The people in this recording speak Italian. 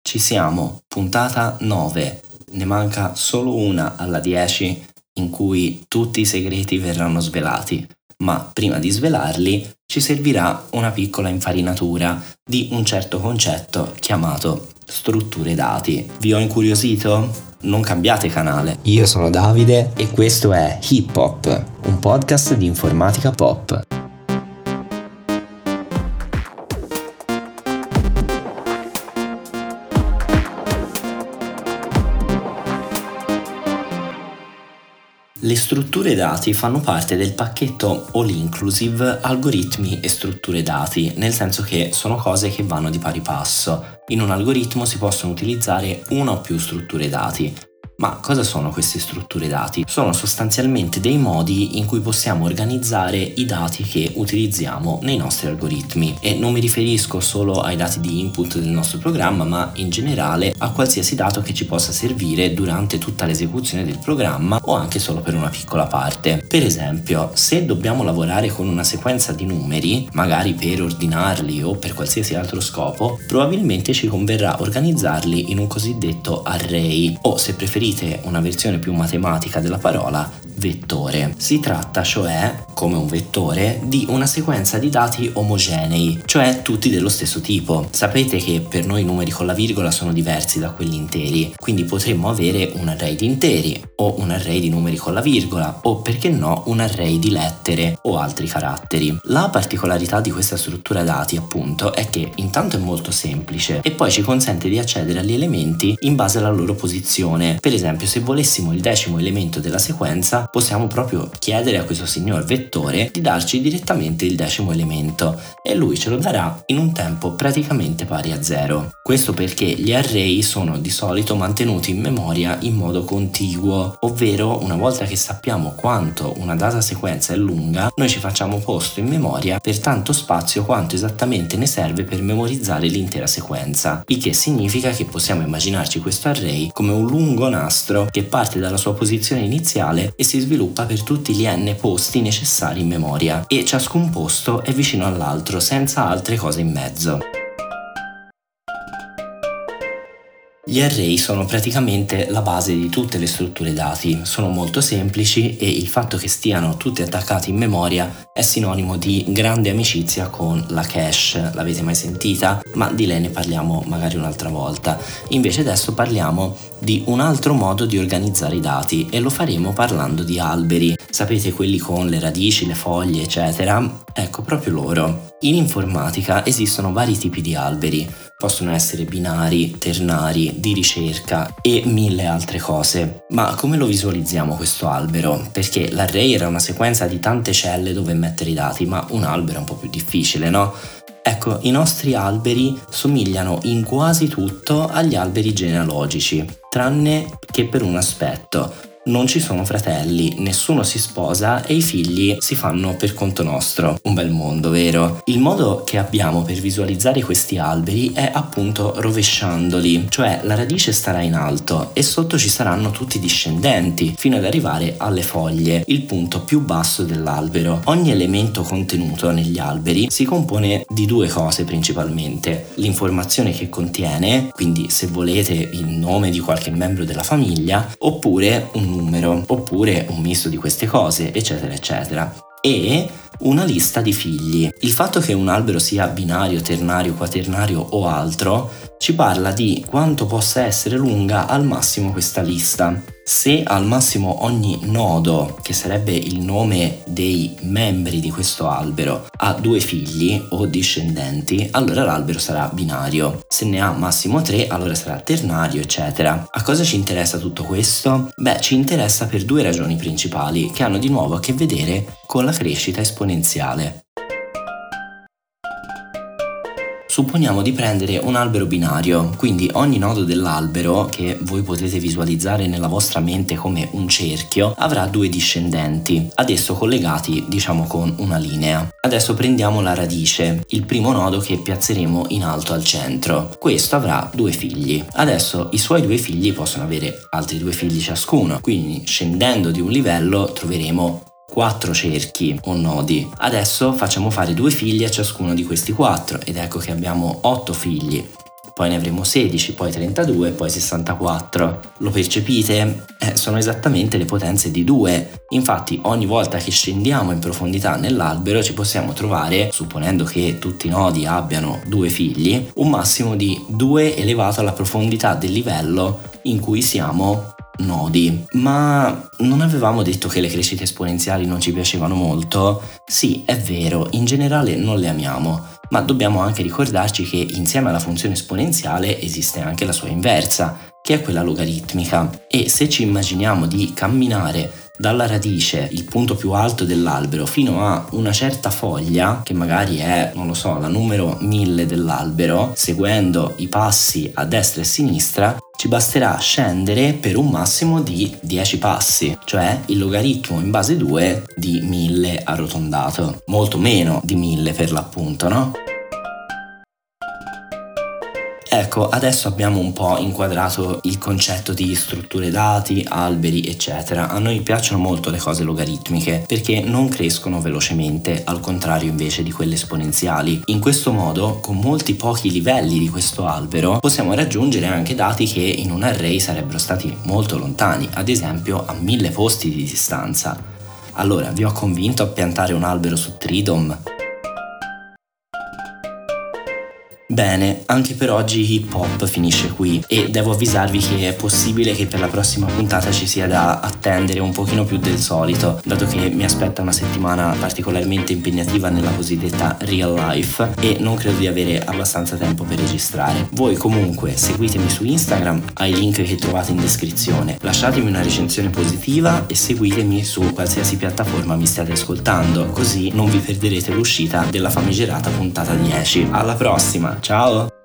Ci siamo, puntata 9, ne manca solo una alla 10 in cui tutti i segreti verranno svelati, ma prima di svelarli ci servirà una piccola infarinatura di un certo concetto chiamato strutture dati. Vi ho incuriosito? Non cambiate canale. Io sono Davide e questo è Hip Hop, un podcast di informatica pop. Le strutture dati fanno parte del pacchetto all inclusive algoritmi e strutture dati, nel senso che sono cose che vanno di pari passo. In un algoritmo si possono utilizzare una o più strutture dati. Ma cosa sono queste strutture dati? Sono sostanzialmente dei modi in cui possiamo organizzare i dati che utilizziamo nei nostri algoritmi, e non mi riferisco solo ai dati di input del nostro programma, ma in generale a qualsiasi dato che ci possa servire durante tutta l'esecuzione del programma o anche solo per una piccola parte. Per esempio, se dobbiamo lavorare con una sequenza di numeri, magari per ordinarli o per qualsiasi altro scopo, probabilmente ci converrà organizzarli in un cosiddetto array, o se preferite una versione più matematica della parola, vettore. Si tratta cioè, come un vettore, di una sequenza di dati omogenei, cioè tutti dello stesso tipo. Sapete che per noi i numeri con la virgola sono diversi da quelli interi, quindi potremmo avere un array di interi, o un array di numeri con la virgola, o perché no un array di lettere o altri caratteri. La particolarità di questa struttura dati, appunto, è che intanto è molto semplice e poi ci consente di accedere agli elementi in base alla loro posizione. Per esempio, se volessimo il 10° elemento della sequenza, possiamo proprio chiedere a questo signor vettore di darci direttamente il 10° elemento e lui ce lo darà in un tempo praticamente pari a 0. Questo perché gli array sono di solito mantenuti in memoria in modo contiguo, ovvero una volta che sappiamo quanto una data sequenza è lunga, noi ci facciamo posto in memoria per tanto spazio quanto esattamente ne serve per memorizzare l'intera sequenza, il che significa che possiamo immaginarci questo array come un lungo nastro che parte dalla sua posizione iniziale e si sviluppa per tutti gli n posti necessari in memoria, e ciascun posto è vicino all'altro senza altre cose in mezzo. Gli array sono praticamente la base di tutte le strutture dati, sono molto semplici e il fatto che stiano tutti attaccati in memoria è sinonimo di grande amicizia con la cache. L'avete mai sentita? Ma di lei ne parliamo magari un'altra volta. Invece adesso parliamo di un altro modo di organizzare i dati e lo faremo parlando di alberi. Sapete, quelli con le radici, le foglie, eccetera? Ecco, proprio loro. In informatica esistono vari tipi di alberi. Possono essere binari, ternari, di ricerca e 1000 altre cose. Ma come lo visualizziamo questo albero? Perché l'array era una sequenza di tante celle dove mettere i dati, ma un albero è un po' più difficile, no? Ecco, i nostri alberi somigliano in quasi tutto agli alberi genealogici, tranne che per un aspetto. Non ci sono fratelli, nessuno si sposa e i figli si fanno per conto nostro. Un bel mondo, vero? Il modo che abbiamo per visualizzare questi alberi è appunto rovesciandoli, cioè la radice starà in alto e sotto ci saranno tutti i discendenti, fino ad arrivare alle foglie, il punto più basso dell'albero. Ogni elemento contenuto negli alberi si compone di due cose principalmente: l'informazione che contiene, quindi se volete il nome di qualche membro della famiglia, oppure un numero, oppure un misto di queste cose, eccetera eccetera, e una lista di figli. Il fatto che un albero sia binario, ternario, quaternario o altro ci parla di quanto possa essere lunga al massimo questa lista. Se al massimo ogni nodo, che sarebbe il nome dei membri di questo albero, ha 2 figli o discendenti, allora l'albero sarà binario. Se ne ha massimo 3, allora sarà ternario, eccetera. A cosa ci interessa tutto questo? Beh, ci interessa per 2 ragioni principali, che hanno di nuovo a che vedere con la crescita esponenziale. Supponiamo di prendere un albero binario, quindi ogni nodo dell'albero, che voi potete visualizzare nella vostra mente come un cerchio, avrà 2 discendenti, adesso collegati diciamo con una linea. Adesso prendiamo la radice, il primo nodo che piazzeremo in alto al centro. Questo avrà 2 figli. Adesso i suoi 2 figli possono avere altri 2 figli ciascuno, quindi scendendo di un livello troveremo 4 cerchi o nodi. Adesso facciamo fare 2 figli a ciascuno di questi 4 ed ecco che abbiamo 8 figli. poi ne avremo 16, poi 32, poi 64. Lo percepite? Sono esattamente le potenze di 2. Infatti ogni volta che scendiamo in profondità nell'albero ci possiamo trovare, supponendo che tutti i nodi abbiano 2 figli, un massimo di 2 elevato alla profondità del livello in cui siamo nodi. Ma non avevamo detto che le crescite esponenziali non ci piacevano molto? Sì, è vero, in generale non le amiamo, ma dobbiamo anche ricordarci che insieme alla funzione esponenziale esiste anche la sua inversa, che è quella logaritmica. E se ci immaginiamo di camminare dalla radice, il punto più alto dell'albero, fino a una certa foglia, che magari è, non lo so, la numero 1000 dell'albero, seguendo i passi a destra e a sinistra, ci basterà scendere per un massimo di 10 passi, cioè il logaritmo in base 2 di 1000 arrotondato. Molto meno di 1000 per l'appunto, no? Ecco, adesso abbiamo un po' inquadrato il concetto di strutture dati, alberi, eccetera. A noi piacciono molto le cose logaritmiche perché non crescono velocemente, al contrario invece di quelle esponenziali. In questo modo, con molti pochi livelli di questo albero, possiamo raggiungere anche dati che in un array sarebbero stati molto lontani, ad esempio a 1000 posti di distanza. Allora, vi ho convinto a piantare un albero su Tridom? Bene, anche per oggi Hip Hop finisce qui e devo avvisarvi che è possibile che per la prossima puntata ci sia da attendere un pochino più del solito, dato che mi aspetta una settimana particolarmente impegnativa nella cosiddetta real life e non credo di avere abbastanza tempo per registrare. Voi comunque seguitemi su Instagram ai link che trovate in descrizione, lasciatemi una recensione positiva e seguitemi su qualsiasi piattaforma mi stiate ascoltando, così non vi perderete l'uscita della famigerata puntata 10. Alla prossima! Ciao!